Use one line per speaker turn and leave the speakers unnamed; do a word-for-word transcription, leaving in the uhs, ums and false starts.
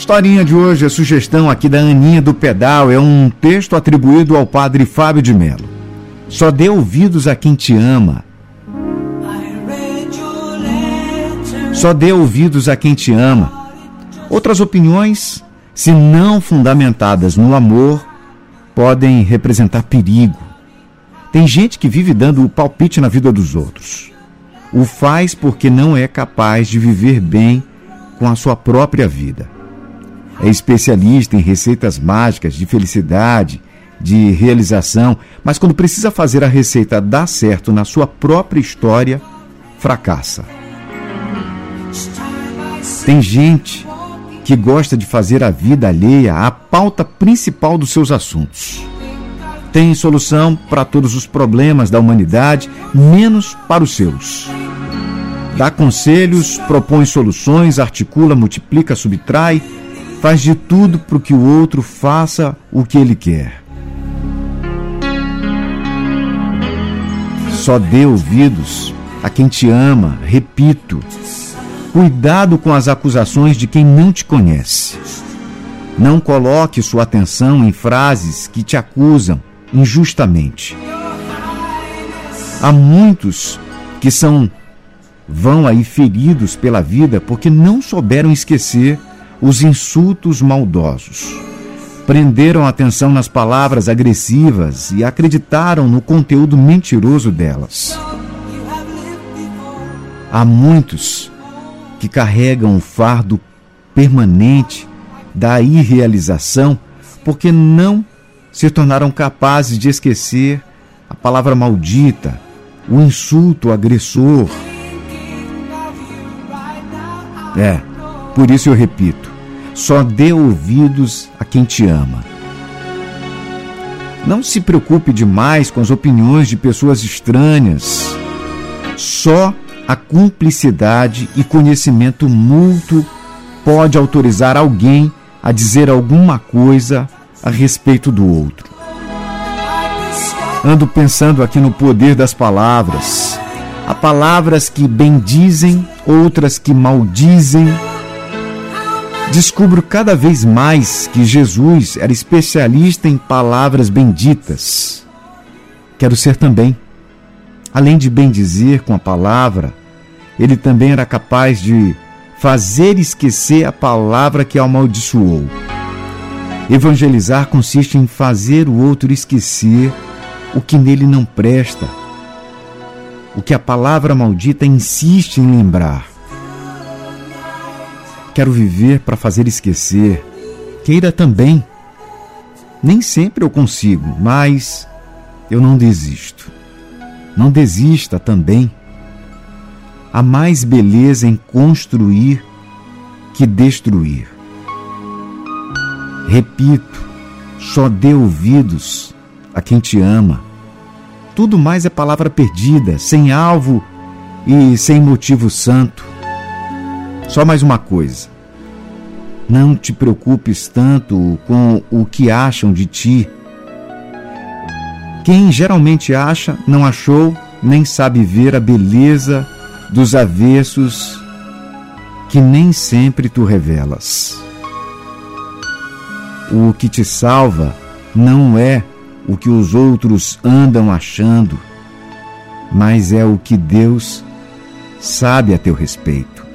historinha de hoje, a sugestão aqui da Aninha do Pedal, é um texto atribuído ao padre Fábio de Mello. Só dê ouvidos a quem te ama. Só dê ouvidos a quem te ama. Outras opiniões, se não fundamentadas no amor, podem representar perigo. Tem gente que vive dando o palpite na vida dos outros. O faz porque não é capaz de viver bem com a sua própria vida. É especialista em receitas mágicas de felicidade, de realização, mas quando precisa fazer a receita dar certo na sua própria história, fracassa. Tem gente que gosta de fazer a vida alheia a pauta principal dos seus assuntos. Tem solução para todos os problemas da humanidade, menos para os seus. Dá conselhos, propõe soluções, articula, multiplica, subtrai, faz de tudo para que o outro faça o que ele quer. Só dê ouvidos a quem te ama, repito. Cuidado com as acusações de quem não te conhece. Não coloque sua atenção em frases que te acusam injustamente. Há muitos que são vão aí feridos pela vida porque não souberam esquecer os insultos maldosos. Prenderam a atenção nas palavras agressivas e acreditaram no conteúdo mentiroso delas. Há muitos que carregam o fardo permanente da irrealização porque não se tornaram capazes de esquecer a palavra maldita, o insulto agressor. É, por isso eu repito, só dê ouvidos a quem te ama. Não se preocupe demais com as opiniões de pessoas estranhas. Só a cumplicidade e conhecimento mútuo pode autorizar alguém a dizer alguma coisa a respeito do outro. Ando pensando aqui no poder das palavras. Há palavras que bendizem, outras que maldizem. Descubro cada vez mais que Jesus era especialista em palavras benditas. Quero ser também. Além de bendizer com a palavra, ele também era capaz de fazer esquecer a palavra que amaldiçoou. Evangelizar consiste em fazer o outro esquecer o que nele não presta, o que a palavra maldita insiste em lembrar. Quero viver para fazer esquecer. Queira também. Nem sempre eu consigo, mas eu não desisto. Não desista também. Há mais beleza em construir que destruir. Repito, só dê ouvidos a quem te ama. Tudo mais é palavra perdida, sem alvo e sem motivo santo. Só mais uma coisa. Não te preocupes tanto com o que acham de ti. Quem geralmente acha, não achou, nem sabe ver a beleza dos avessos que nem sempre tu revelas. O que te salva não é o que os outros andam achando, mas é o que Deus sabe a teu respeito.